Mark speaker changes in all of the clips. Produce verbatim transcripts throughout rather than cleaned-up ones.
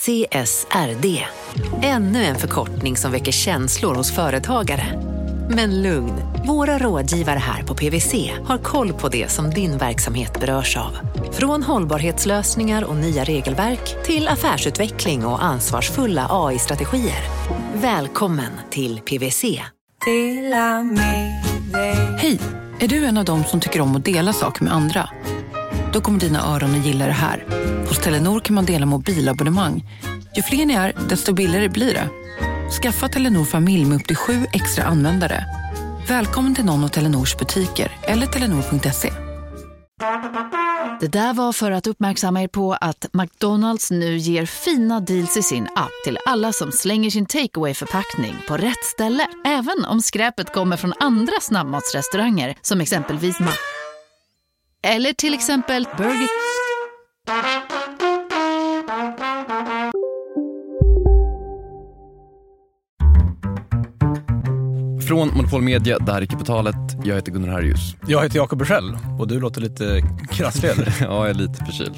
Speaker 1: C S R D. Ännu en förkortning som väcker känslor hos företagare. Men lugn, våra rådgivare här på P W C har koll på det som din verksamhet berörs av. Från hållbarhetslösningar och nya regelverk till affärsutveckling och ansvarsfulla A I-strategier. Välkommen till P W C.
Speaker 2: Hej, är du en av dem som tycker om att dela saker med andra? Då kommer dina öron att gilla det här. Hos Telenor kan man dela mobilabonnemang. Ju fler ni är, desto billigare blir det. Skaffa Telenor familj med upp till sju extra användare. Välkommen till någon av Telenors butiker eller telenor punkt se.
Speaker 3: Det där var för att uppmärksamma er på att McDonalds nu ger fina deals i sin app till alla som slänger sin takeaway-förpackning på rätt ställe. Även om skräpet kommer från andra snabbmatsrestauranger som exempelvis Ma... Eller till exempel Burger...
Speaker 4: Från Monopol Media, det här är Kapitalet. Jag heter Gunnar Harrius.
Speaker 5: Jag heter Jakob Bursell och du låter lite krasslig, eller?
Speaker 4: Ja, jag är lite förkyld.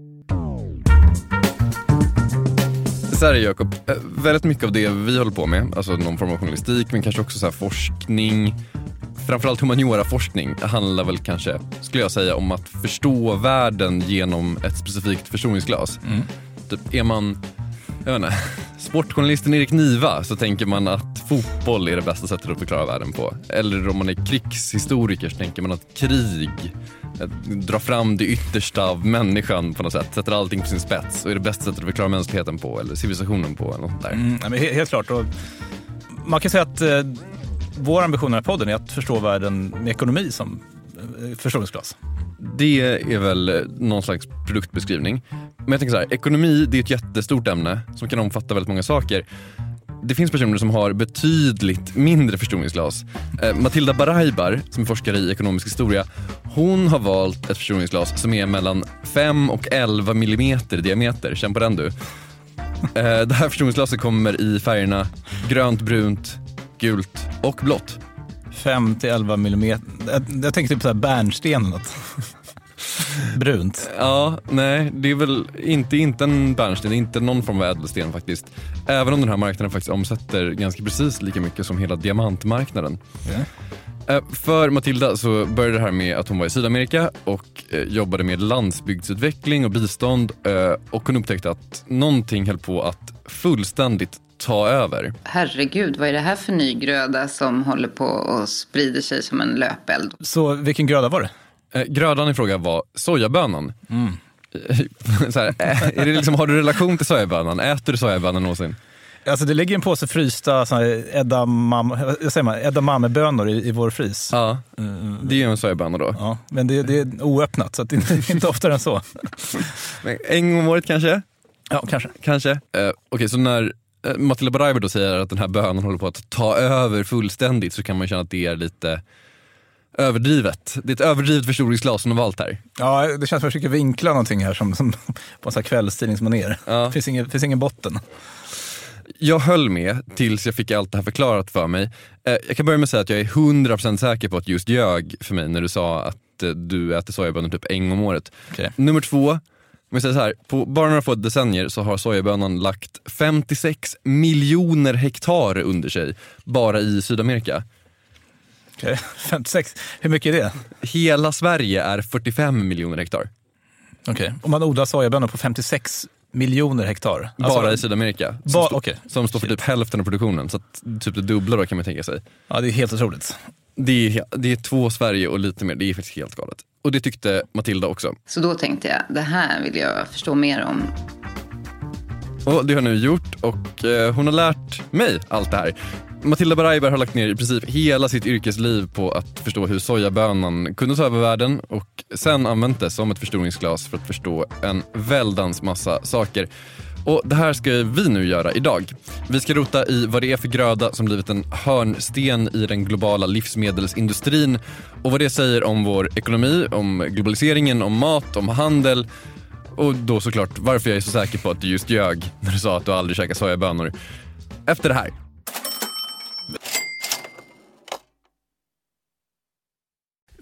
Speaker 4: Så här är Jakob, väldigt mycket av det vi håller på med, alltså någon form av journalistik, men kanske också så här forskning, framförallt humaniora-forskning, handlar väl kanske, skulle jag säga, om att förstå världen genom ett specifikt förstoringsglas. Mm. Typ, är man... Jag vet inte, sportjournalisten Erik Niva, så tänker man att fotboll är det bästa sättet att förklara världen på. Eller om man är krigshistoriker så tänker man att krig drar fram det yttersta av människan på något sätt, sätter allting på sin spets och är det bästa sättet att förklara mänskligheten på eller civilisationen på eller något sånt där.
Speaker 5: Mm, men helt, helt klart. Och man kan säga att eh, vår ambition i den här podden är att förstå världen med ekonomi som eh, förstoringsglas.
Speaker 4: Det är väl någon slags produktbeskrivning. Men jag tänker så här, ekonomi, det är ett jättestort ämne som kan omfatta väldigt många saker. Det finns personer som har betydligt mindre förstoringsglas. Eh, Matilda Baraibar, som är forskare i ekonomisk historia, hon har valt ett förstoringsglas som är mellan fem och elva millimeter i diameter. Känn på den du. Eh, det här förstoringsglaset kommer i färgerna grönt, brunt, gult och blått.
Speaker 5: fem till elva millimeter. Jag, jag tänkte typ så här bärnsten eller något. Brunt.
Speaker 4: Ja, nej, det är väl inte, inte en bärnsten, det är inte någon form av ädelsten faktiskt. Även om den här marknaden faktiskt omsätter ganska precis lika mycket som hela diamantmarknaden. Yeah. För Matilda så började det här med att hon var i Sydamerika och jobbade med landsbygdsutveckling och bistånd, och hon upptäckte att någonting höll på att fullständigt ta över.
Speaker 6: Herregud, vad är det här för ny gröda som håller på och sprider sig som en löpeld?
Speaker 5: Så vilken gröda var det?
Speaker 4: Grödan i fråga var sojabönan. Mm. Så här, är det liksom, har du relation till sojabönan? Äter du sojabönan någonsin?
Speaker 5: Alltså det ligger en påse frysta edamamebönor i, i vår frys.
Speaker 4: Ja, det är ju en sojaböna då.
Speaker 5: Ja, men det, det är oöppnat så att det är inte oftare än så.
Speaker 4: Men en gång om året kanske?
Speaker 5: Ja, kanske.
Speaker 4: Kanske. Uh, Okej, okay, så när uh, Matilda Baraibar då säger att den här bönan håller på att ta över fullständigt, så kan man känna att det är lite... överdrivet. Det är ett överdrivet förstoringsglas som de valt här.
Speaker 5: Ja, det känns som att jag försöker vinkla någonting här som, som på en sån här kvällstidningsmanér. Ja. Det finns ingen, finns ingen botten.
Speaker 4: Jag höll med tills jag fick allt det här förklarat för mig. Eh, jag kan börja med att säga att jag är hundra procent säker på att just ljög för mig när du sa att eh, du äter sojabönor typ en gång om året.
Speaker 5: Okay.
Speaker 4: Nummer två, om jag säger så här, på bara några få decennier så har sojabönan lagt femtiosex miljoner hektar under sig bara i Sydamerika.
Speaker 5: Okay. femtiosex, hur mycket är det?
Speaker 4: Hela Sverige är fyrtiofem miljoner hektar.
Speaker 5: Okej, okay. Om man odlar sojabönor på femtiosex miljoner hektar?
Speaker 4: Bara
Speaker 5: alltså,
Speaker 4: i Sydamerika. Som,
Speaker 5: ba-
Speaker 4: stå,
Speaker 5: okay.
Speaker 4: som står för typ hälften av produktionen. Så att, typ det dubbla då kan man tänka sig.
Speaker 5: Ja, det är helt otroligt.
Speaker 4: Det är, det är två Sverige och lite mer. Det är faktiskt helt galet. Och det tyckte Matilda också.
Speaker 6: Så då tänkte jag, det här vill jag förstå mer om.
Speaker 4: Och det har nu gjort och eh, hon har lärt mig allt det här. Matilda Baraibar har lagt ner i princip hela sitt yrkesliv på att förstå hur sojabönan kunde ta över världen och sen använt det som ett förstoringsglas för att förstå en väldans massa saker. Och det här ska vi nu göra idag. Vi ska rota i vad det är för gröda som blivit en hörnsten i den globala livsmedelsindustrin och vad det säger om vår ekonomi, om globaliseringen, om mat, om handel och då såklart varför jag är så säker på att du just ljög när du sa att du aldrig käkar sojabönor. Efter det här.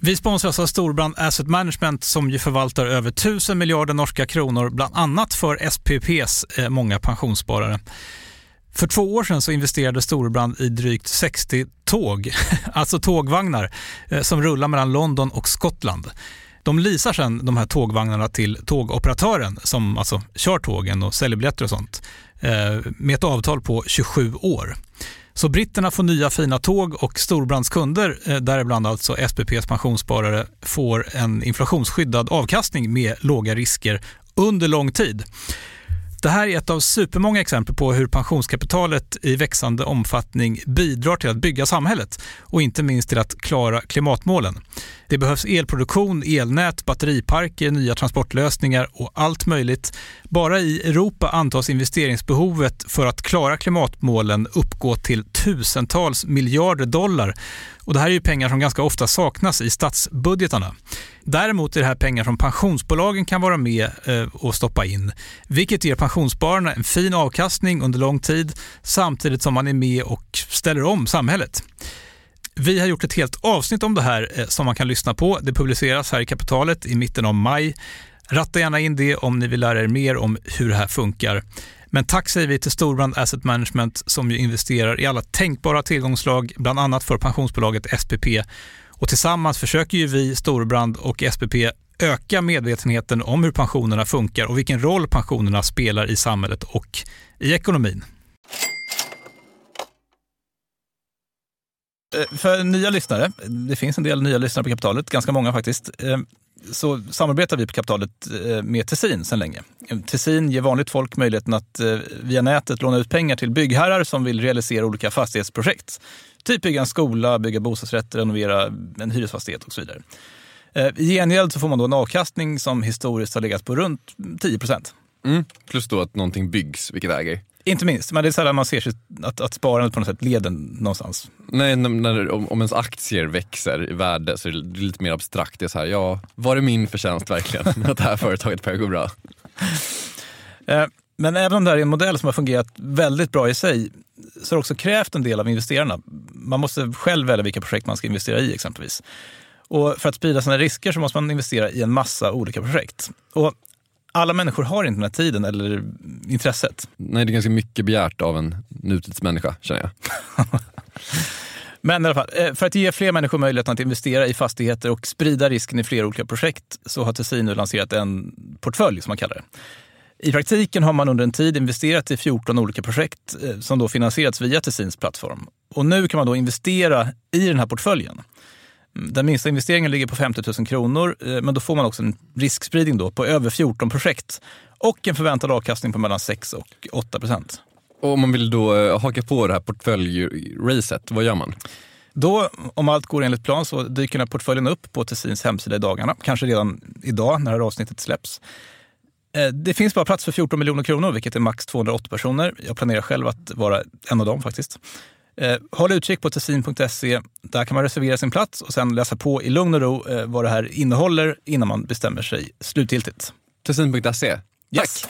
Speaker 5: Vi sponsras av Storebrand Asset Management som ju förvaltar över tusen miljarder norska kronor, bland annat för S P P:s eh, många pensionssparare. För två år sedan så investerade Storebrand i drygt sextio tåg, alltså tågvagnar, eh, som rullar mellan London och Skottland. De leasar sedan de här tågvagnarna till tågoperatören som alltså kör tågen och säljer biljetter och sånt eh, med ett avtal på tjugosju år. Så britterna får nya fina tåg och Storebrands kunder, eh, däribland alltså S P P:s pensionssparare, får en inflationsskyddad avkastning med låga risker under lång tid. Det här är ett av supermånga exempel på hur pensionskapitalet i växande omfattning bidrar till att bygga samhället och inte minst till att klara klimatmålen. Det behövs elproduktion, elnät, batteriparker, nya transportlösningar och allt möjligt. Bara i Europa antas investeringsbehovet för att klara klimatmålen uppgå till tusentals miljarder dollar. Och det här är ju pengar som ganska ofta saknas i statsbudgetarna. Däremot är det här pengar som pensionsbolagen kan vara med eh, och stoppa in, vilket ger pensionsspararna en fin avkastning under lång tid samtidigt som man är med och ställer om samhället. Vi har gjort ett helt avsnitt om det här eh, som man kan lyssna på. Det publiceras här i Kapitalet i mitten av maj. Ratta gärna in det om ni vill lära er mer om hur det här funkar. Men tack säger vi till Storebrand Asset Management som ju investerar i alla tänkbara tillgångslag, bland annat för pensionsbolaget S P P. Och tillsammans försöker ju vi, Storebrand och S P P, öka medvetenheten om hur pensionerna funkar och vilken roll pensionerna spelar i samhället och i ekonomin. För nya lyssnare, det finns en del nya lyssnare på Kapitalet, ganska många faktiskt, så samarbetar vi på Kapitalet med Tessin sedan länge. Tessin ger vanligt folk möjligheten att via nätet låna ut pengar till byggherrar som vill realisera olika fastighetsprojekt. Typ bygga en skola, bygga bostadsrätter, renovera en hyresfastighet och så vidare. I gengäld så får man då en avkastning som historiskt har legat på runt tio procent.
Speaker 4: Mm, plus då att någonting byggs, vilket äger.
Speaker 5: Inte minst, men det är sällan man ser sig att, att sparandet på något sätt leder någonstans.
Speaker 4: Nej, när, om, om ens aktier växer i värde så är det lite mer abstrakt. Det är så här, ja, var det min förtjänst verkligen att det här företaget börjar gå bra?
Speaker 5: Eh, men även om det här är en modell som har fungerat väldigt bra i sig så har det också krävt en del av investerarna. Man måste själv välja vilka projekt man ska investera i exempelvis. Och för att sprida sina risker så måste man investera i en massa olika projekt. Och alla människor har inte den här tiden eller intresset.
Speaker 4: Nej, det är ganska mycket begärt av en nutidsmänniska, känner jag.
Speaker 5: Men i alla fall, för att ge fler människor möjligheten att investera i fastigheter och sprida risken i flera olika projekt så har Tessin nu lanserat en portfölj som man kallar det. I praktiken har man under en tid investerat i fjorton olika projekt som då finansierats via Tessins plattform. Och nu kan man då investera i den här portföljen. Den minsta investeringen ligger på femtio tusen kronor, men då får man också en riskspridning då på över fjorton projekt och en förväntad avkastning på mellan sex och åtta procent.
Speaker 4: Och om man vill då haka på det här portföljracet, vad gör man?
Speaker 5: Då, om allt går enligt plan, så dyker den här portföljen upp på Tessins hemsida i dagarna. Kanske redan idag när det här avsnittet släpps. Det finns bara plats för fjorton miljoner kronor, vilket är max tvåhundraåttio personer. Jag planerar själv att vara en av dem faktiskt. Håll utkik på tessin punkt se. Där kan man reservera sin plats och sen läsa på i lugn och ro vad det här innehåller innan man bestämmer sig slutgiltigt.
Speaker 4: tessin punkt se. Tack.
Speaker 5: Yes.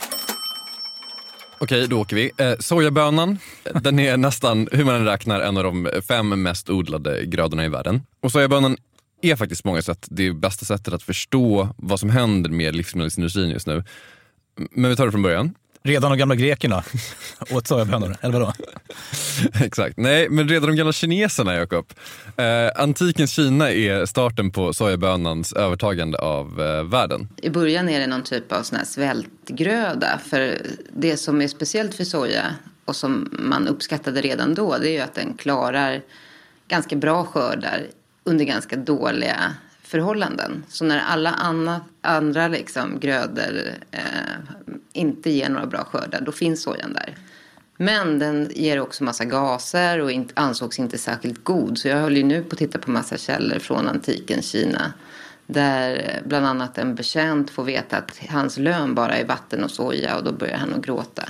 Speaker 4: Okej, då åker vi. Eh, sojabönan, den är nästan, hur man räknar, en av de fem mest odlade grödorna i världen. Och sojabönan är faktiskt på många sätt det bästa sättet att förstå vad som händer med livsmedelsindustrin just nu. Men vi tar det från början.
Speaker 5: Redan de gamla grekerna åt sojabönor, eller vadå?
Speaker 4: Exakt. Nej, men redan de gamla kineserna, Jakob. Eh, antikens Kina är starten på sojabönans övertagande av eh, världen.
Speaker 6: I början är det någon typ av sån här svältgröda. För det som är speciellt för soja och som man uppskattade redan då, det är ju att den klarar ganska bra skördar under ganska dåliga förhållanden. Så när alla andra, andra liksom grödor eh, inte ger några bra skördar, då finns sojan där. Men den ger också massa gaser och inte, ansågs inte särskilt god. Så jag håller ju nu på att titta på massa källor från antikens Kina. Där bland annat en betjänt får veta att hans lön bara är vatten och soja. Och då börjar han att gråta.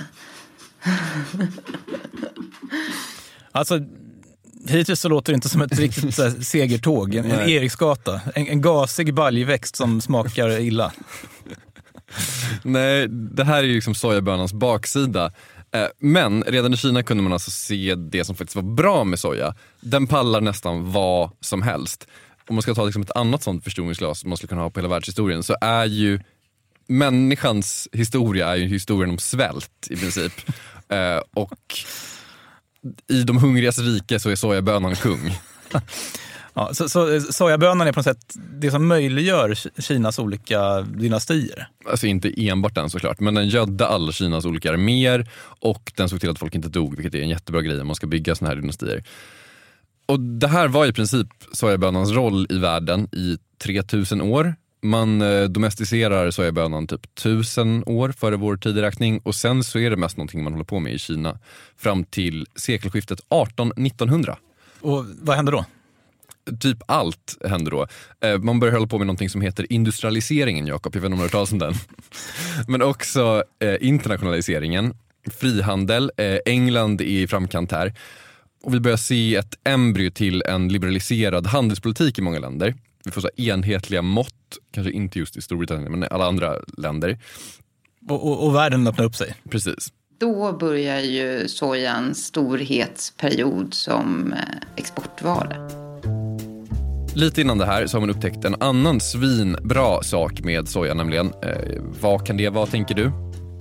Speaker 5: Alltså, hittills så låter det inte som ett riktigt så här, segertåg. En, en Eriksgata. En, en gasig baljväxt som smakar illa.
Speaker 4: Nej, det här är ju liksom sojabönans baksida. Men redan i Kina kunde man alltså se det som faktiskt var bra med soja. Den pallar nästan vad som helst. om man ska ta liksom ett annat sånt förstoringsglas som man skulle kunna ha på hela världshistorien, så är ju människans historia är ju historien om svält i princip. eh, och i de hungrigas rike så är sojabönan kung.
Speaker 7: Ja, så, så sojabönan är på något sätt det som möjliggör Kinas olika dynastier?
Speaker 4: Alltså inte enbart den såklart, men den gödde alla Kinas olika arméer och den såg till att folk inte dog, vilket är en jättebra grej om man ska bygga såna här dynastier. Och det här var i princip sojabönans roll i världen i tre tusen år. Man eh, domesticerar sojabönan typ tusen år före vår tideräkning och sen så är det mest någonting man håller på med i Kina fram till sekelskiftet arton nittonhundra.
Speaker 7: Och vad händer då?
Speaker 4: Typ allt händer då. Eh, man börjar hålla på med någonting som heter industrialiseringen, Jakob. Jag vet inte om du har hört talas om den. Men också eh, internationaliseringen, frihandel. Eh, England är i framkant här. Och vi börjar se ett embryo till en liberaliserad handelspolitik i många länder. Vi får så enhetliga mått, kanske inte just i Storbritannien men i alla andra länder.
Speaker 7: Och, och, och världen öppnar upp sig.
Speaker 4: Precis.
Speaker 6: Då börjar ju sojans storhetsperiod som exportvara.
Speaker 4: Lite innan det här så har man upptäckt en annan svinbra sak med soja, nämligen. Eh, vad kan det vara, tänker du?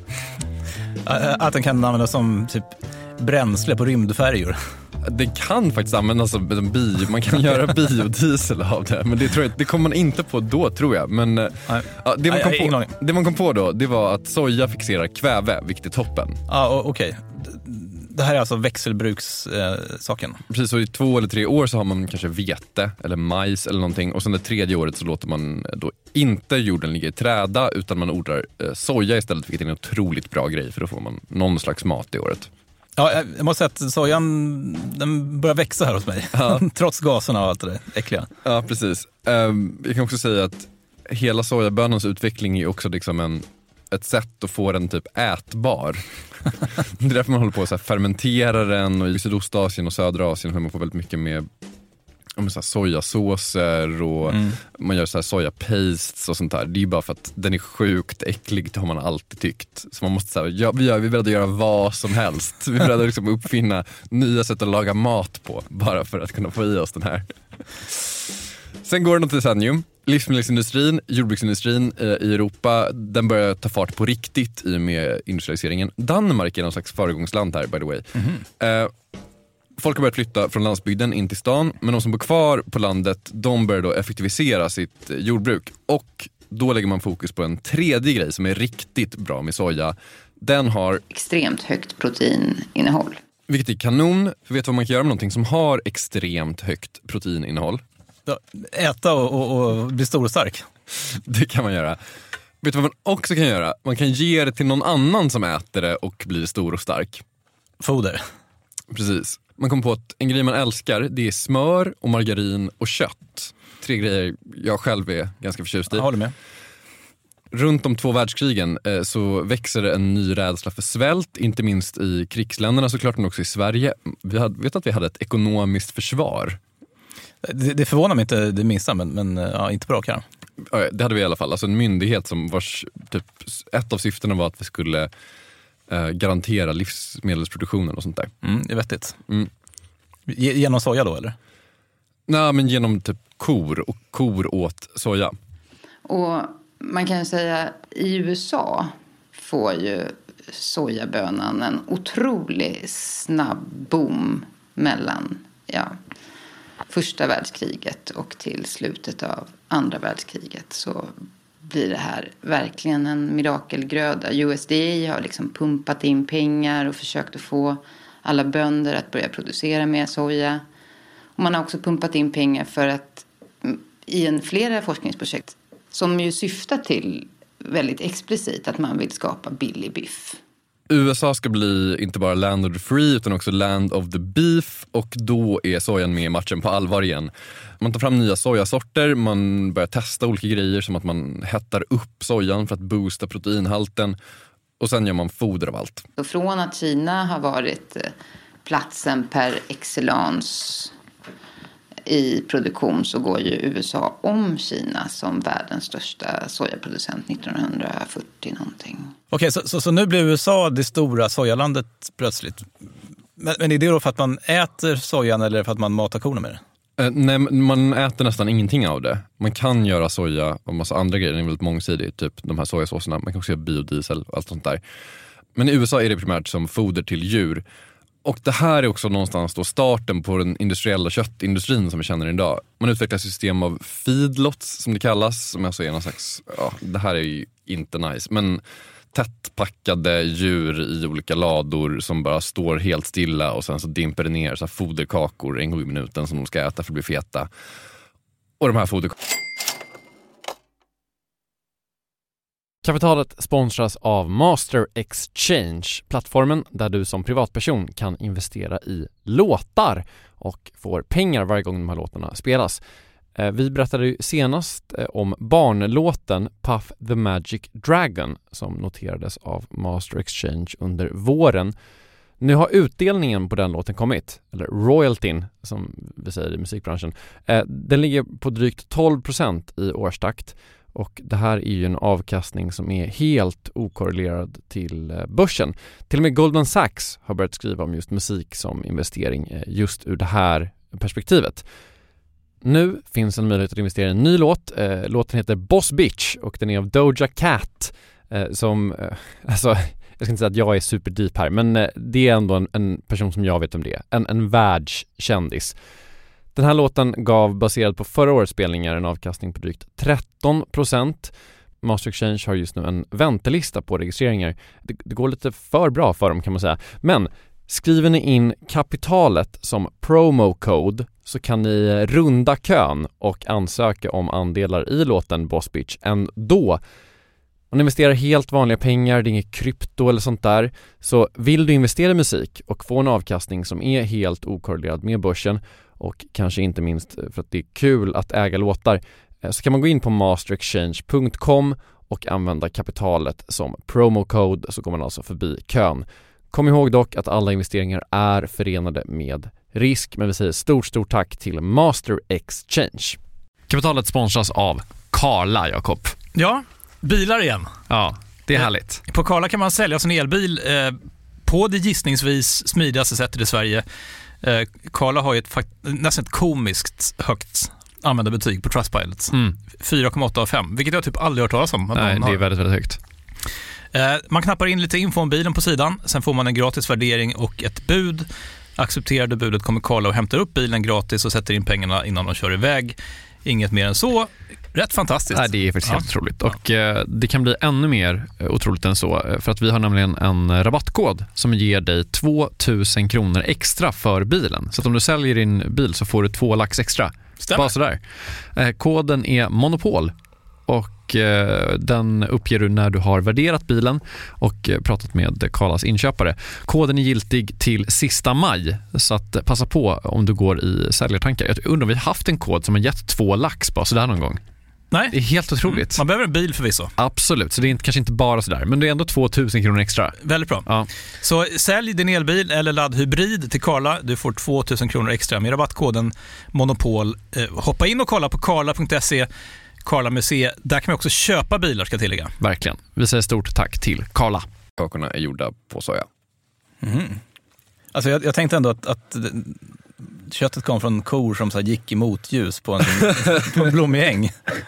Speaker 7: Att den kan användas som typ bränsle på rymdfärjor.
Speaker 4: Det kan faktiskt användas som en bio. Man kan göra biodiesel av det. Men det, tror jag, det kommer man inte på då, tror jag. Men ja, det, man kom på, det man kom på då, det var att soja fixerar kväve, vilket är toppen.
Speaker 7: Ja, okej. Okay. Det här är alltså växelbrukssaken. Eh,
Speaker 4: Precis, så i två eller tre år så har man kanske vete eller majs eller någonting. Och sen det tredje året så låter man då inte jorden ligga i träda, utan man odlar eh, soja istället, vilket är en otroligt bra grej, för då får man någon slags mat i året.
Speaker 7: Ja, jag måste säga att sojan, den börjar växa här hos mig. Ja. Trots gaserna och allt det där äckliga.
Speaker 4: Ja, precis. Um, jag kan också säga att hela sojabönans utveckling är också liksom en, ett sätt att få den typ ätbar. Det är därför man håller på att så här fermentera den, och i Sydostasien och södra Asien har man får väldigt mycket med om så här sojasåser och mm. man gör så här sojapastes och sånt där. Det är ju bara för att den är sjukt äcklig, det har man alltid tyckt. Så man måste säga, ja, vi är beredda att göra vad som helst. Vi är beredda att liksom uppfinna nya sätt att laga mat på, bara för att kunna få i oss den här. Sen går det något decennium. Livsmedelsindustrin, jordbruksindustrin eh, i Europa, den börjar ta fart på riktigt i och med industrialiseringen. Danmark är någon slags föregångsland här, by the way. Mm-hmm. Eh, folk har börjat flytta från landsbygden in till stan, men de som bor kvar på landet, de börjar då effektivisera sitt eh, jordbruk. Och då lägger man fokus på en tredje grej som är riktigt bra med soja. Den har
Speaker 6: extremt högt proteininnehåll.
Speaker 4: Vilket är kanon, för vet du vad man kan göra med någonting som har extremt högt proteininnehåll?
Speaker 7: Äta och, och, och bli stor och stark.
Speaker 4: Det kan man göra. Vet du vad man också kan göra? Man kan ge det till någon annan som äter det och blir stor och stark.
Speaker 7: Foder.
Speaker 4: Precis. Man kommer på att en grej man älskar, det är smör och margarin och kött. Tre grejer jag själv är ganska förtjust i.
Speaker 7: Jag håller med.
Speaker 4: Runt de två världskrigen eh, så växer det en ny rädsla för svält, inte minst i krigsländerna såklart, men också i Sverige. Vi hade, vet att vi hade ett ekonomiskt försvar.
Speaker 7: Det, det förvånar mig inte det minsta, men, men ja, inte bra kan.
Speaker 4: Ja, det hade vi i alla fall. Alltså en myndighet som vars typ, ett av syftena var att vi skulle eh, garantera livsmedelsproduktionen och sånt där.
Speaker 7: Mm, det är vettigt.
Speaker 4: Mm.
Speaker 7: Genom soja då, eller?
Speaker 4: Nej, men genom typ kor, och kor åt soja.
Speaker 6: Och man kan ju säga i U S A får ju sojabönan en otroligt snabb boom mellan ja, första världskriget och till slutet av andra världskriget. Så blir det här verkligen en mirakelgröda. U S D A har liksom pumpat in pengar och försökt att få alla bönder att börja producera mer soja. Och man har också pumpat in pengar för att i en flera forskningsprojekt som ju syftar till väldigt explicit att man vill skapa billig biff.
Speaker 4: U S A ska bli inte bara land of the free utan också land of the beef, och då är sojan med i matchen på allvar igen. Man tar fram nya sojasorter, man börjar testa olika grejer som att man hettar upp sojan för att boosta proteinhalten, och sen gör man foder av allt.
Speaker 6: Och från att Kina har varit platsen per excellence i produktion så går ju U S A om Kina som världens största sojaproducent nittonhundrafyrtio någonting.
Speaker 7: Okej, så, så, så nu blir U S A det stora sojalandet plötsligt. Men, men är det då för att man äter sojan eller för att man matar korna med det?
Speaker 4: Eh, nej, man äter nästan ingenting av det. Man kan göra soja och massa andra grejer. Det är väldigt mångsidigt, typ de här sojasåserna. Man kan också göra biodiesel och allt sånt där. Men i U S A är det primärt som foder till djur. Och det här är också någonstans då starten på den industriella köttindustrin som vi känner idag. Man utvecklar system av feedlots som det kallas. Som alltså är någon slags, ja, det här är ju inte nice. Men tättpackade djur i olika lador som bara står helt stilla och sen så dimper det ner så här foderkakor en gång i minuten som de ska äta för att bli feta. Och de här foderkakorna.
Speaker 8: Kapitalet sponsras av Master Exchange, plattformen där du som privatperson kan investera i låtar och får pengar varje gång de här låtarna spelas. Vi berättade ju senast om barnlåten Puff the Magic Dragon som noterades av Master Exchange under våren. Nu har utdelningen på den låten kommit, eller royaltyn som vi säger i musikbranschen. Den ligger på drygt tolv procent i årstakt. Och det här är ju en avkastning som är helt okorrelerad till börsen. Till och med Goldman Sachs har börjat skriva om just musik som investering just ur det här perspektivet. Nu finns en möjlighet att investera i en ny låt. Låten heter Boss Bitch och den är av Doja Cat som, alltså jag ska inte säga att jag är superdeep här, men det är ändå en, en person som jag vet om det är. En, en världskändis. Den här låten gav, baserad på förra årets spelningar, en avkastning på drygt tretton procent. Master Exchange har just nu en väntelista på registreringar. Det, det går lite för bra för dem kan man säga. Men skriver ni in kapitalet som promo code så kan ni runda kön och ansöka om andelar i låten Boss Bitch ändå. Man investerar helt vanliga pengar, det är inget krypto eller sånt där. Så vill du investera i musik och få en avkastning som är helt okorrelerad med börsen och kanske inte minst för att det är kul att äga låtar, så kan man gå in på master exchange punkt com och använda kapitalet som promo code, så går man alltså förbi kön. Kom ihåg dock att alla investeringar är förenade med risk, men vi säger stort stort tack till Master Exchange. Kapitalet sponsras av Carla, Jakob.
Speaker 5: Ja, bilar igen.
Speaker 8: Ja, det är härligt.
Speaker 5: På Carla kan man sälja sin elbil eh, på det gissningsvis smidigaste sättet i Sverige. Eh, Carla har ju ett fakt- nästan ett komiskt högt användarbetyg på Trustpilot. Mm. fyra komma åtta av fem, vilket jag typ aldrig hört talas om.
Speaker 8: Nej, det är väldigt, väldigt högt.
Speaker 5: Eh, man knappar in lite info om bilen på sidan, sen får man en gratis värdering och ett bud. Accepterade budet kommer Carla och hämtar upp bilen gratis och sätter in pengarna innan de kör iväg. Inget mer än så. Rätt fantastiskt.
Speaker 8: Nej, det är faktiskt ja. helt otroligt. Och eh, det kan bli ännu mer otroligt än så. För att vi har nämligen en rabattkod som ger dig två tusen kronor extra för bilen. Så att om du säljer din bil så får du två lax extra.
Speaker 5: Stämmer.
Speaker 8: Bara sådär. Eh, koden är Monopol. Och eh, den uppger du när du har värderat bilen och eh, pratat med Carlas inköpare. Koden är giltig till sista maj, så att passa på om du går i säljartankar. Jag undrar om vi har haft en kod som har gett två lax bara sådär någon gång.
Speaker 5: Nej.
Speaker 8: Det är helt otroligt.
Speaker 5: Mm. Man behöver en bil förvisso.
Speaker 8: Absolut, så det är inte, kanske inte bara sådär, men det är ändå två tusen kronor extra.
Speaker 5: Väldigt bra.
Speaker 8: Ja.
Speaker 5: Så sälj din elbil eller laddhybrid till Carla. Du får två tusen kronor extra med rabattkoden Monopol. Eh, hoppa in och kolla på carla punkt se. Carla Museet. Där kan man också köpa bilar, ska jag tillägga.
Speaker 8: Verkligen. Vi säger stort tack till Carla.
Speaker 4: Kakorna är gjorda på soja.
Speaker 7: Mm. Alltså jag, jag tänkte ändå att, att köttet kom från kor som så här gick emot ljus på en, på en blommig äng.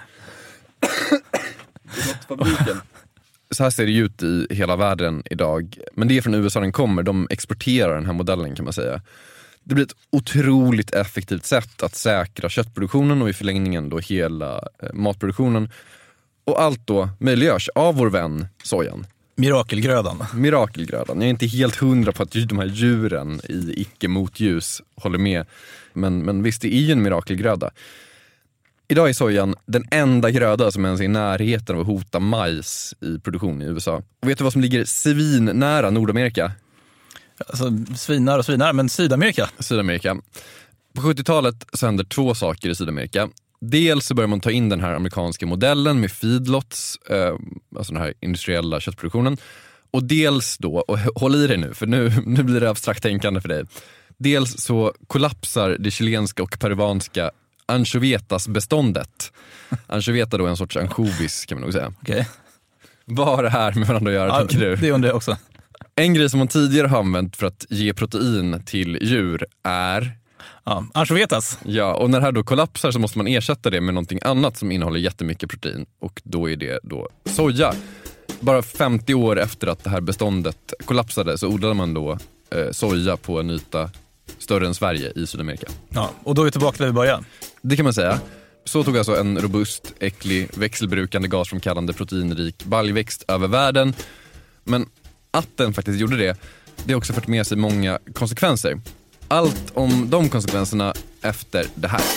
Speaker 4: Så här ser det ut i hela världen idag. Men det är från U S A den kommer. De exporterar den här modellen kan man säga. Det blir ett otroligt effektivt sätt att säkra köttproduktionen och i förlängningen då hela eh, matproduktionen. Och allt då möjliggörs av vår vän sojan.
Speaker 7: Mirakelgrödan.
Speaker 4: Mirakelgrödan. Jag är inte helt hundra på att de här djuren i icke-motljus håller med. Men, men visst, det är ju en mirakelgröda. Idag är sojan den enda gröda som ens är i närheten av att hota majs i produktion i U S A. Och vet du vad som ligger svin nära Nordamerika?
Speaker 7: Alltså svinar och svinar, men Sydamerika.
Speaker 4: Sydamerika. På sjuttiotalet så händer två saker i Sydamerika. Dels så börjar man ta in den här amerikanska modellen med feedlots, eh, alltså den här industriella köttproduktionen. Och dels då, och håll i dig nu, för nu, nu blir det abstrakt tänkande för dig. Dels så kollapsar det chilenska och peruanska anchovetas-beståndet. Anchoveta då är en sorts ansjovis kan man nog säga.
Speaker 7: Okej. Okay.
Speaker 4: Vad har det här med varandra att göra,
Speaker 7: ja,
Speaker 4: tänker du?
Speaker 7: Det undrar jag också.
Speaker 4: En grej som man tidigare har använt för att ge protein till djur är
Speaker 7: Ja, ansjovetas.
Speaker 4: Ja, och när det här då kollapsar så måste man ersätta det med någonting annat som innehåller jättemycket protein. Och då är det då soja. Bara femtio år efter att det här beståndet kollapsade så odlade man då eh, soja på en yta större än Sverige i Sydamerika.
Speaker 7: Ja, och då är vi tillbaka där vi började.
Speaker 4: Det kan man säga. Så tog alltså en robust, äcklig, växelbrukande, gasframkallande, proteinrik baljväxt över världen. Men att den faktiskt gjorde det, det har också fört med sig många konsekvenser. Allt om de konsekvenserna efter det här.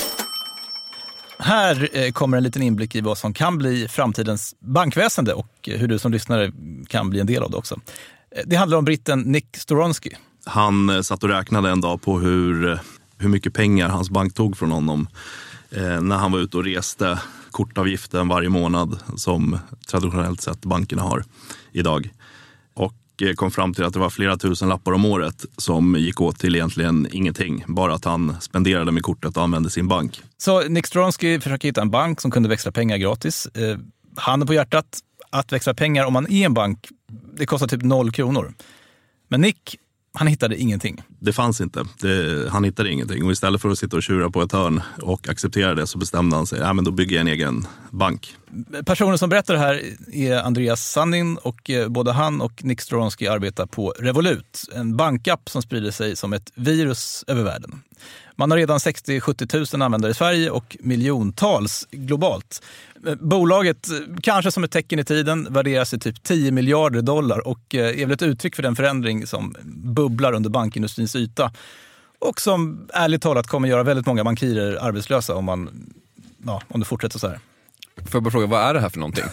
Speaker 7: Här kommer en liten inblick i vad som kan bli framtidens bankväsende och hur du som lyssnare kan bli en del av det också. Det handlar om britten Nick Storonsky.
Speaker 9: Han satt och räknade en dag på hur, hur mycket pengar hans bank tog från honom eh, när han var ute och reste kortavgiften varje månad som traditionellt sett bankerna har idag. Och kom fram till att det var flera tusen lappar om året som gick åt till egentligen ingenting. Bara att han spenderade med kortet och använde sin bank.
Speaker 7: Så Nick Storonsky försöker hitta en bank som kunde växla pengar gratis. Eh, handen på hjärtat, att växla pengar om man är en bank, det kostar typ noll kronor. Men Nick, han hittade ingenting.
Speaker 9: Det fanns inte. Det, han hittade ingenting. Och istället för att sitta och tjura på ett hörn och acceptera det så bestämde han sig, ja men då bygger jag en egen bank.
Speaker 7: Personen som berättar det här är Andreas Sandin och både han och Nick Storonsky arbetar på Revolut. En bankapp som sprider sig som ett virus över världen. Man har redan sextio till sjuttio tusen användare i Sverige och miljontals globalt. Bolaget, kanske som ett tecken i tiden, värderas i typ tio miljarder dollar och är väl ett uttryck för den förändring som bubblar under bankindustrins yta och som ärligt talat kommer göra väldigt många bankirer arbetslösa om, man, ja, om det fortsätter så här.
Speaker 4: Får jag bara fråga, vad är det här för någonting?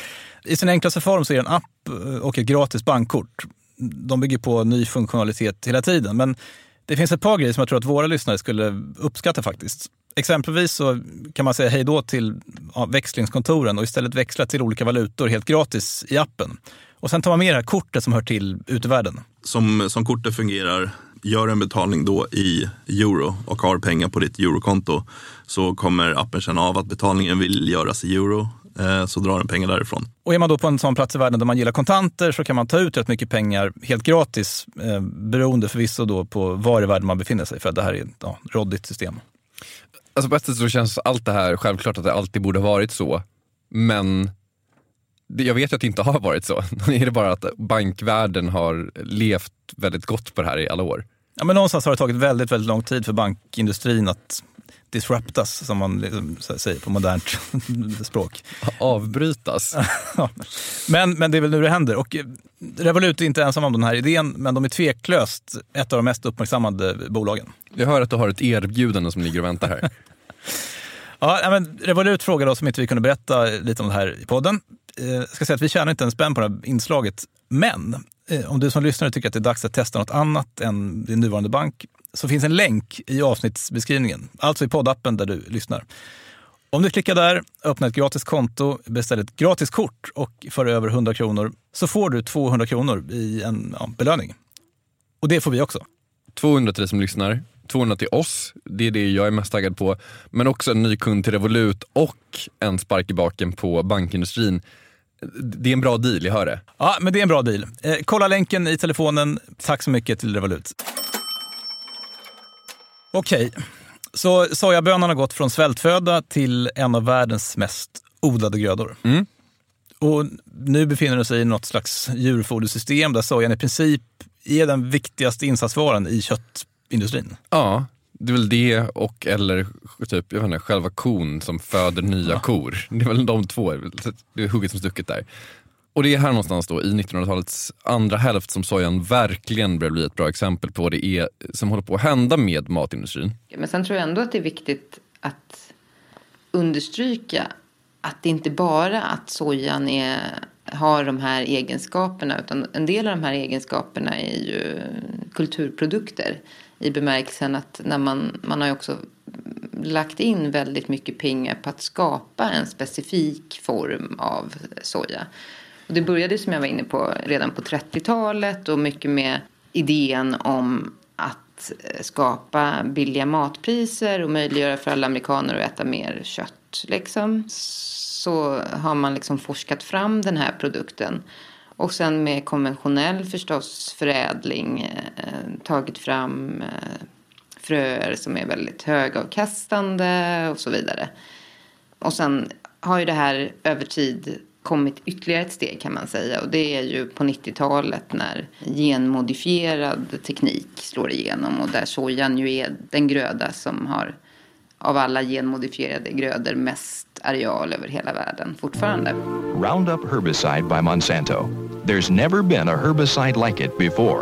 Speaker 7: I sin enklaste form så är det en app och ett gratis bankkort. De bygger på ny funktionalitet hela tiden, men det finns ett par grejer som jag tror att våra lyssnare skulle uppskatta faktiskt. Exempelvis så kan man säga hej då till ja, växlingskontoren och istället växla till olika valutor helt gratis i appen. Och sen tar man med det här kortet som hör till utevärlden.
Speaker 9: Som, som kortet fungerar, gör en betalning då i euro och har pengar på ditt eurokonto, så kommer appen känna av att betalningen vill göras i euro, eh, så drar den pengar därifrån.
Speaker 7: Och är man då på en sån plats i världen där man gillar kontanter så kan man ta ut rätt mycket pengar helt gratis, eh, beroende förvisso då på var i världen man befinner sig, för att det här är ett ja, råddigt system.
Speaker 4: Alltså på ett sätt så känns allt det här självklart att det alltid borde ha varit så, men det, jag vet att det inte har varit så. Det är bara att bankvärlden har levt väldigt gott på det här i alla år.
Speaker 7: Ja, men någonstans har det tagit väldigt, väldigt lång tid för bankindustrin att disruptas, som man liksom säger på modernt språk.
Speaker 4: Avbrytas.
Speaker 7: men, men det är väl nu det händer. Och Revolut är inte ensam om den här idén, men de är tveklöst ett av de mest uppmärksammade bolagen.
Speaker 4: Jag hör att du har ett erbjudande som ligger och väntar här.
Speaker 7: Ja, men Revolut frågade oss om inte vi kunde berätta lite om det här i podden. Jag ska säga att vi tjänar inte en spänn på det här inslaget, men om du som lyssnare tycker att det är dags att testa något annat än din nuvarande bank, så finns en länk i avsnittsbeskrivningen, alltså i poddappen där du lyssnar. Om du klickar där, öppnar ett gratis konto, beställer ett gratis kort och för över hundra kronor, så får du tvåhundra kronor i en ja, belöning. Och det får vi också.
Speaker 4: tvåhundra till dig som lyssnar, tvåhundra till oss, det är det jag är mest taggad på, men också en ny kund till Revolut och en spark i baken på bankindustrin. Det är en bra deal, jag hör det.
Speaker 7: Ja, men det är en bra deal. Eh, kolla länken i telefonen. Tack så mycket till Revolut. Okej, så sojabönan har gått från svältföda till en av världens mest odlade grödor.
Speaker 4: Mm.
Speaker 7: Och nu befinner den sig i något slags djurfodersystem där sojan i princip är den viktigaste insatsvaran i köttindustrin.
Speaker 4: Ja, det är väl det och eller typ, jag vet inte, själva kon som föder nya ja. kor. Det är väl de två, det är hugget som stucket där. Och det är här någonstans då i nittonhundratalets andra hälft som sojan verkligen börjar bli ett bra exempel på vad det är som håller på att hända med matindustrin.
Speaker 6: Men sen tror jag ändå att det är viktigt att understryka att det inte bara att sojan är, har de här egenskaperna, utan en del av de här egenskaperna är ju kulturprodukter i bemärkelsen att när man, man har ju också lagt in väldigt mycket pengar på att skapa en specifik form av soja. Och det började som jag var inne på redan på trettiotalet och mycket med idén om att skapa billiga matpriser och möjliggöra för alla amerikaner att äta mer kött. Liksom. Så har man liksom forskat fram den här produkten. Och sen med konventionell förstås förädling eh, tagit fram eh, fröer som är väldigt högavkastande och så vidare. Och sen har ju det här över tid kommit ytterligare ett steg kan man säga. Och det är ju på nittiotalet när genmodifierad teknik slår igenom. Och där sojan ju är den gröda som har av alla genmodifierade grödor mest areal över hela världen fortfarande.
Speaker 10: Roundup herbicide by Monsanto. There's never been a herbicide like it before.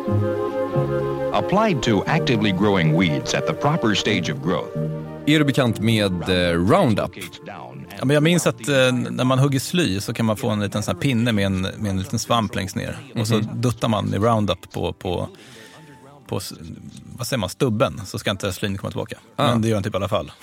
Speaker 10: Applied to actively growing weeds at the proper stage of growth.
Speaker 4: Är du bekant med eh, Roundup?
Speaker 7: Ja, men jag minns att eh, när man hugger sly så kan man få en liten sån här pinne med en, med en liten svamp längst ner. Mm-hmm. Och så duttar man med Roundup på, på, på vad säger man, stubben, så ska inte slyn komma tillbaka. Ah. Men det gör den typ i alla fall.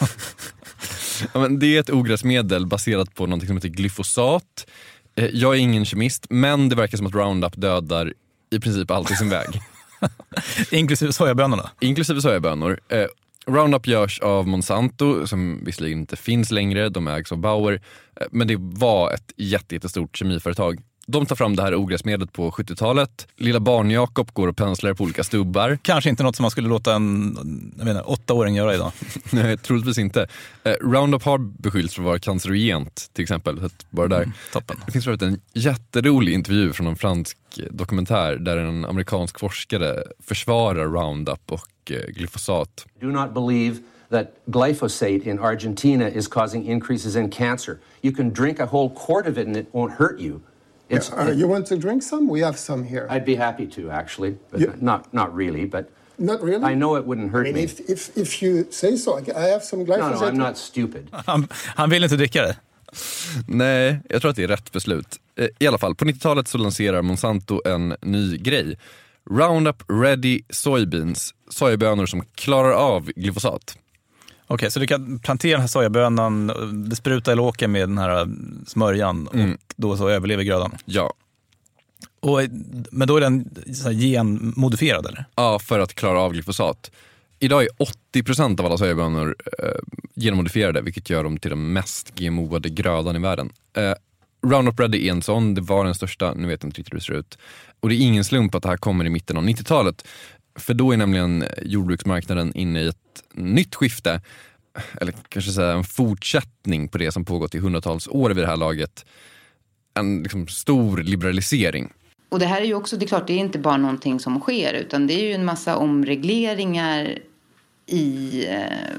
Speaker 4: Ja, men det är ett ogräsmedel baserat på något som heter glyfosat. Eh, jag är ingen kemist, men det verkar som att Roundup dödar i princip allt i sin väg.
Speaker 7: Inklusive sojabönorna?
Speaker 4: Inklusive sojabönor. Eh, Roundup görs av Monsanto som visserligen inte finns längre, de ägs av Bauer, men det var ett jättestort kemiföretag. De tar fram det här ogräsmedlet på sjuttiotalet. Lilla barn Jakob går och penslar på olika stubbar.
Speaker 7: Kanske inte något som man skulle låta en jag menar, åttaåring göra idag.
Speaker 4: Nej, troligtvis inte. Eh, Roundup har beskyllts för att vara cancerogent till exempel. Så bara där. Mm,
Speaker 7: toppen.
Speaker 4: Det finns förut en jätterolig intervju från en fransk dokumentär där en amerikansk forskare försvarar Roundup och eh, glyfosat.
Speaker 11: Do not believe that glyphosate in Argentina is causing increases in cancer. You can drink a whole quart of it and it won't hurt you.
Speaker 12: It's, yeah, uh, you want to drink some? We have some here.
Speaker 11: I'd be happy to, actually, but
Speaker 12: you,
Speaker 11: not not really. But
Speaker 12: not really.
Speaker 11: I know it wouldn't hurt I mean,
Speaker 12: me. If, if if you say so, I have some glyphosate.
Speaker 11: No, no, I'm not stupid.
Speaker 7: Han, han vill inte dricka det.
Speaker 4: Nej, jag tror att det är rätt beslut. I alla fall, på nittiotalet så lanserar Monsanto en ny grej. Roundup Ready Soybeans, sojabönor som klarar av glyfosat.
Speaker 7: Okej, okay, så du kan plantera den här sojabönan, bespruta eller åka med den här smörjan och mm. då så överlever grödan?
Speaker 4: Ja.
Speaker 7: Och, men då är den så här genmodifierad eller?
Speaker 4: Ja, för att klara av glyfosat. Idag är åttio procent av alla sojabönor eh, genmodifierade, vilket gör dem till den mest G M O-ade grödan i världen. Eh, Roundup Ready är en sån, det var den största, nu vet jag inte riktigt hur det ser ut. Och det är ingen slump att det här kommer i mitten av nittiotalet. För då är nämligen jordbruksmarknaden inne i ett nytt skifte, eller kanske säga en fortsättning på det som pågått i hundratals år vid det här laget. En liksom stor liberalisering.
Speaker 6: Och det här är ju också, det är klart, det är inte bara någonting som sker, utan det är ju en massa omregleringar i eh,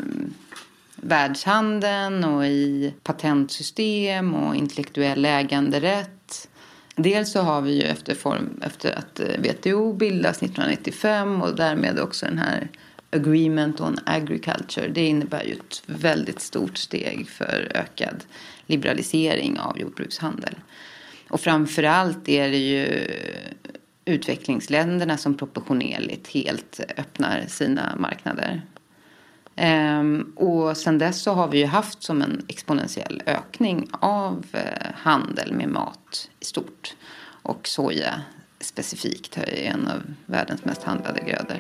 Speaker 6: världshandeln och i patentsystem och intellektuell äganderätt. Dels så har vi ju efter, form, efter att W T O bildas nittonhundranittiofem och därmed också den här Agreement on Agriculture. Det innebär ju ett väldigt stort steg för ökad liberalisering av jordbrukshandel. Och framförallt är det ju utvecklingsländerna som proportionerligt helt öppnar sina marknader. Ehm, och sen dess så har vi ju haft som en exponentiell ökning av eh, handel med mat i stort. Och soja specifikt är en av världens mest handlade grödor.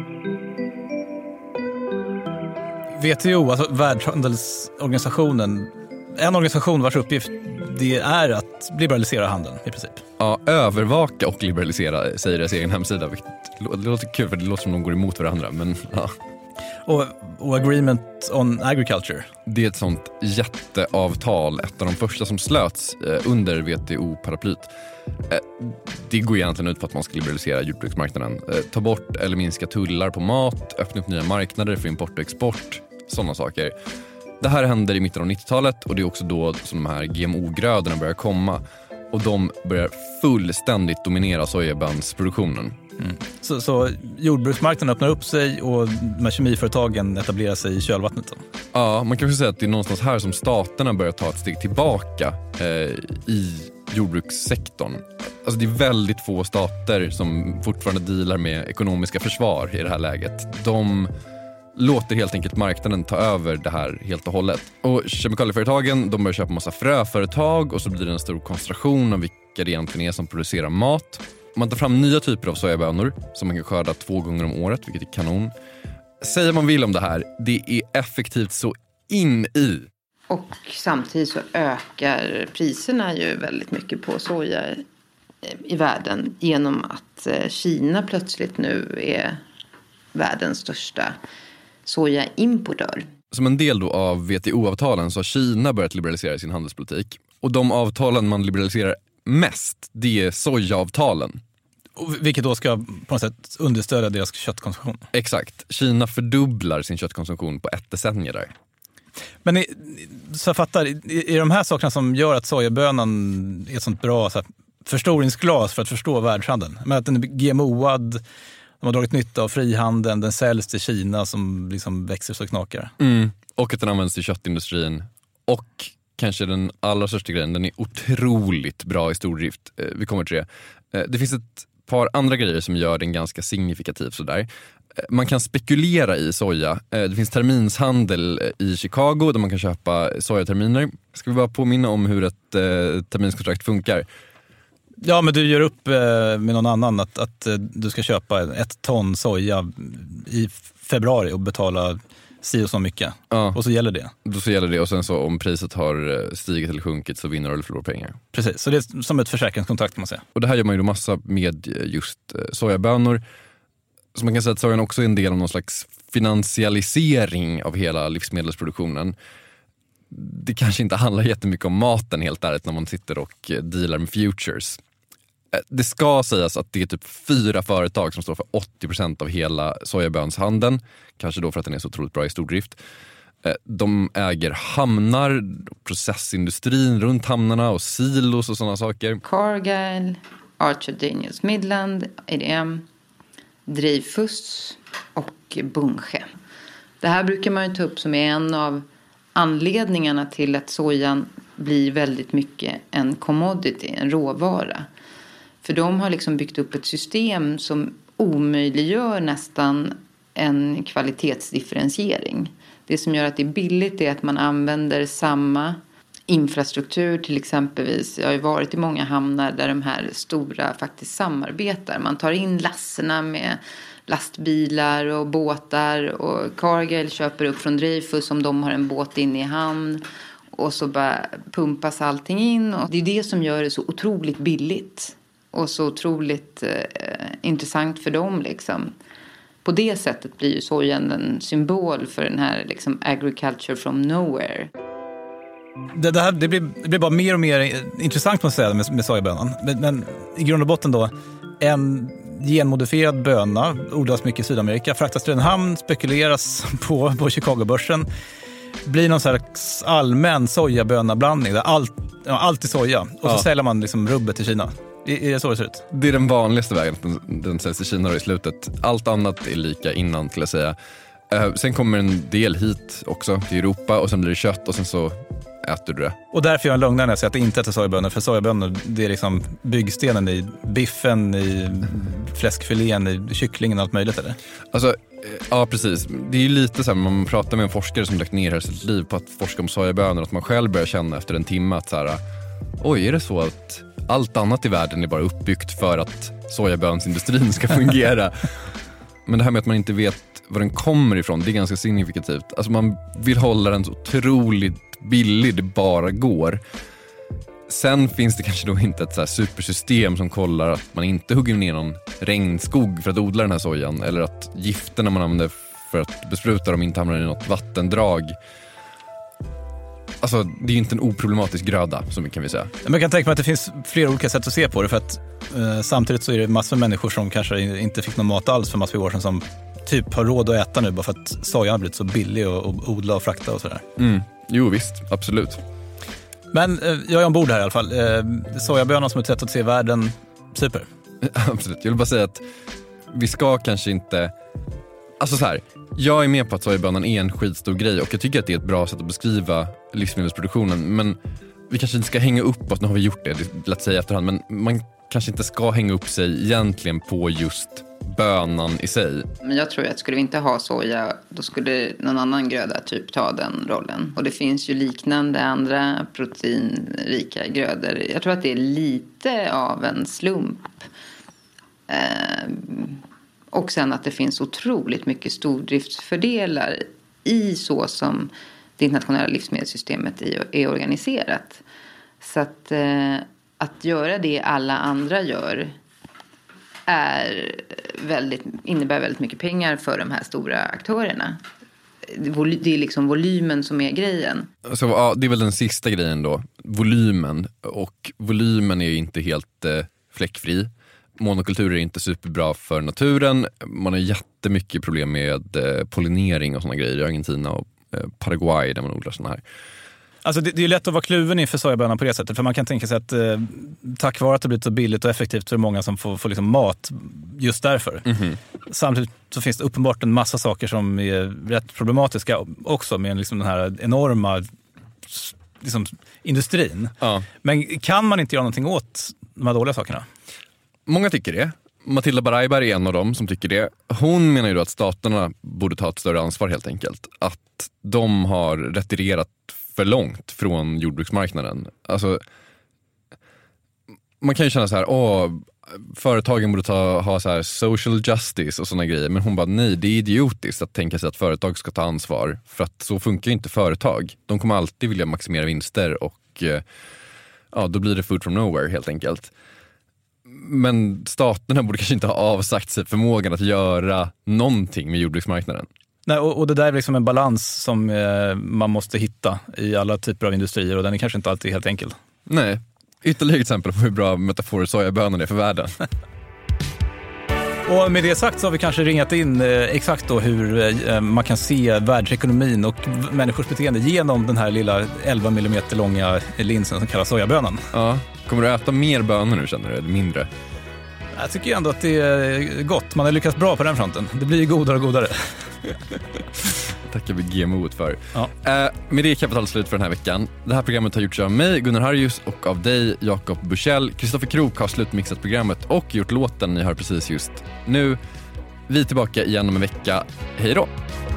Speaker 7: W T O, alltså Världshandelsorganisationen, en organisation vars uppgift det är att liberalisera handeln i princip.
Speaker 4: Ja, övervaka och liberalisera, säger deras egen hemsida. Det låter kul för det låter som de går emot varandra, men ja.
Speaker 7: Och, och Agreement on Agriculture.
Speaker 4: Det är ett sånt jätteavtal, ett av de första som slöts eh, under W T O-paraplyt. Eh, det går egentligen ut på att man ska liberalisera jordbruksmarknaden. Eh, ta bort eller minska tullar på mat, öppna upp nya marknader för import och export, sådana saker. Det här händer i mitten av nittiotalet och det är också då som de här G M O-grödorna börjar komma. Och de börjar fullständigt dominera sojabönsproduktionen.
Speaker 7: Mm. Så, så jordbruksmarknaden öppnar upp sig och de här kemiföretagen etablerar sig i kölvattnet då?
Speaker 4: Ja, man kan ju säga att det är någonstans här som staterna börjar ta ett steg tillbaka eh, i jordbrukssektorn. Alltså det är väldigt få stater som fortfarande dealar med ekonomiska försvar i det här läget. De låter helt enkelt marknaden ta över det här helt och hållet. Och kemikalieföretagen, de börjar köpa massa fröföretag och så blir det en stor koncentration av vilka det egentligen är som producerar mat. Man tar fram nya typer av sojabönor som man kan skörda två gånger om året, vilket är kanon. Säger man vill om det här, det är effektivt så in i.
Speaker 6: Och samtidigt så ökar priserna ju väldigt mycket på soja i världen genom att Kina plötsligt nu är världens största sojaimportör.
Speaker 4: Som en del då av W T O-avtalen så har Kina börjat liberalisera sin handelspolitik. Och de avtalen man liberaliserar mest, det är sojaavtalen.
Speaker 7: Vilket då ska på något sätt understödja deras köttkonsumtion.
Speaker 4: Exakt. Kina fördubblar sin köttkonsumtion på ett decennium där.
Speaker 7: Men i, så jag fattar, är de här sakerna som gör att sojabönan är ett sånt bra så här, förstoringsglas för att förstå världshandeln? Men att den är G M O-ad, de har dragit nytta av frihandeln, den säljs till Kina som liksom växer så knakar.
Speaker 4: Mm. Och att den används i köttindustrin. Och kanske den allra största grejen, den är otroligt bra i stordrift. Vi kommer till det. Det finns ett par andra grejer som gör den ganska signifikativ sådär. Man kan spekulera i soja. Det finns terminshandel i Chicago där man kan köpa sojaterminer. Ska vi bara påminna om hur ett eh, terminskontrakt funkar?
Speaker 7: Ja, men du gör upp eh, med någon annan att, att eh, du ska köpa ett ton soja i februari och betala si och så mycket. Ja. Och så gäller det.
Speaker 4: Då så gäller det och sen så om priset har stigit eller sjunkit så vinner du eller förlorar pengar.
Speaker 7: Precis, så det är som ett försäkringskontrakt kan man säga.
Speaker 4: Och det här gör man ju då massa med just sojabönor. Så man kan säga att sojan också är en del av någon slags finansialisering av hela livsmedelsproduktionen. Det kanske inte handlar jättemycket om maten helt ärligt när man sitter och dealar med futures. Det ska sägas att det är typ fyra företag som står för åttio procent av hela sojabönshandeln. Kanske då för att den är så otroligt bra i stordrift. De äger hamnar, processindustrin runt hamnarna och silos och sådana saker.
Speaker 6: Cargill, Archer Daniels Midland, A D M, Dreyfus och Bunge. Det här brukar man ju ta upp som är en av anledningarna till att sojan blir väldigt mycket en commodity, en råvara. För de har liksom byggt upp ett system som omöjliggör nästan en kvalitetsdifferentiering. Det som gör att det är billigt är att man använder samma infrastruktur till exempelvis. Jag har ju varit i många hamnar där de här stora faktiskt samarbetar. Man tar in lasserna med lastbilar och båtar och Cargill köper upp från Dreyfus om de har en båt inne i hamn. Och så bara pumpas allting in. Och det är det som gör det så otroligt billigt. Och så otroligt eh, intressant för dem liksom. På det sättet blir ju sojan en symbol för den här liksom agriculture from nowhere.
Speaker 7: Det, det, här, det, blir, det blir bara mer och mer intressant måste jag säga med, med sojabönan. Men, men i grund och botten då, en genmodifierad böna odlas mycket i Sydamerika, fraktas till en hamn, spekuleras på, på Chicago-börsen. Blir någon slags allmän sojabönablandning där allt, ja, allt är soja. Och ja. Så säljer man liksom rubbet till Kina. Är det så det ser ut?
Speaker 4: Det är den vanligaste vägen att den, den säljs i Kina då i slutet. Allt annat är lika innan till att säga. Uh, sen kommer en del hit också till Europa och sen blir det kött och sen så äter du det.
Speaker 7: Och därför är jag en lögnare när jag säger att det inte äter sojabönor. För sojabönor, det är liksom byggstenen i biffen, i fläskfilén, i kycklingen och allt möjligt, eller?
Speaker 4: Alltså, ja precis. Det är ju lite så här, man pratar med en forskare som lagt ner hela sitt liv på att forska om sojabönor, att man själv börjar känna efter en timme att så här, oj, är det så att allt annat i världen är bara uppbyggt för att sojabönsindustrin ska fungera? Men det här med att man inte vet var den kommer ifrån, det är ganska signifikativt. Alltså man vill hålla den så otroligt billig det bara går. Sen finns det kanske då inte ett så här supersystem som kollar att man inte hugger ner någon regnskog för att odla den här sojan, eller att gifterna man använder för att bespruta dem inte hamnar i något vattendrag. Alltså det är ju inte en oproblematisk gröda som vi kan vi säga.
Speaker 7: Men jag kan tänka mig att det finns flera olika sätt att se på det, för att eh, samtidigt så är det massor av människor som kanske inte fick någon mat alls för massor av år sedan som typ har råd att äta nu bara för att sojan har blivit så billig att odla och frakta och sådär.
Speaker 4: Mm. Jo visst, absolut.
Speaker 7: Men eh, jag är ombord här i alla fall. Eh, sojabönan som ett sätt att se världen, super.
Speaker 4: Absolut, jag vill bara säga att vi ska kanske inte... Alltså så här, jag är med på att sojabönan är en skitstor grej och jag tycker att det är ett bra sätt att beskriva livsmedelsproduktionen, men vi kanske inte ska hänga upp oss, nu har vi gjort det, det är lätt att säga efterhand, men man kanske inte ska hänga upp sig egentligen på just bönan i sig.
Speaker 6: Men jag tror att skulle vi inte ha soja, då skulle någon annan gröda typ ta den rollen. Och det finns ju liknande andra proteinrika grödor. Jag tror att det är lite av en slump. Eh, och sen att det finns otroligt mycket stordriftsfördelar i så som det internationella livsmedelssystemet är organiserat. Så att, eh, att göra det alla andra gör är väldigt, innebär väldigt mycket pengar för de här stora aktörerna. Det är liksom volymen som är grejen.
Speaker 4: Så, ja, det är väl den sista grejen då. Volymen. Och volymen är ju inte helt eh, fläckfri. Monokulturer är inte superbra för naturen. Man har jättemycket problem med eh, pollinering och såna grejer i Argentina och eh, Paraguay där man odlar såna här.
Speaker 7: Alltså det, det är lätt att vara kluven inför sojabönan på det sättet. För man kan tänka sig att eh, tack vare att det blivit så billigt och effektivt så är det många som får, får liksom mat just därför. Mm-hmm. Samtidigt så finns det uppenbart en massa saker som är rätt problematiska också med liksom den här enorma liksom, industrin. Ja. Men kan man inte göra någonting åt de här dåliga sakerna?
Speaker 4: Många tycker det. Matilda Baraibar är en av dem som tycker det. Hon menar ju då att staterna borde ta ett större ansvar helt enkelt. Att de har retirerat för långt från jordbruksmarknaden. Alltså, man kan ju känna så här, åh, företagen borde ta, ha så här social justice och såna grejer. Men hon bara, nej, det är idiotiskt att tänka sig att företag ska ta ansvar. För att så funkar ju inte företag. De kommer alltid vilja maximera vinster och ja, då blir det food from nowhere helt enkelt. Men staterna borde kanske inte ha avsagt sig förmågan att göra någonting med jordbruksmarknaden.
Speaker 7: Nej, och, och det där är liksom en balans som eh, man måste hitta i alla typer av industrier och den är kanske inte alltid helt enkel.
Speaker 4: Nej, ytterligare exempel på hur bra metaforer sojabönan är för världen.
Speaker 7: Och med det sagt så har vi kanske ringat in eh, exakt då hur eh, man kan se världsekonomin och människors beteende genom den här lilla elva millimeter långa linsen som kallas sojabönan.
Speaker 4: Ja, kommer du äta mer bönor nu känner du, eller mindre?
Speaker 7: Jag tycker ändå att det är gott. Man har lyckats bra på den fronten. Det blir godare och godare.
Speaker 4: Tackar vi G M O för. Ja. Eh, med det är Kapital slut för den här veckan. Det här programmet har gjorts av mig, Gunnar Harjus, och av dig, Jakob Bursell. Kristoffer Krook har slutmixat programmet och gjort låten ni hör precis just nu. Vi är tillbaka igen om en vecka. Hej då!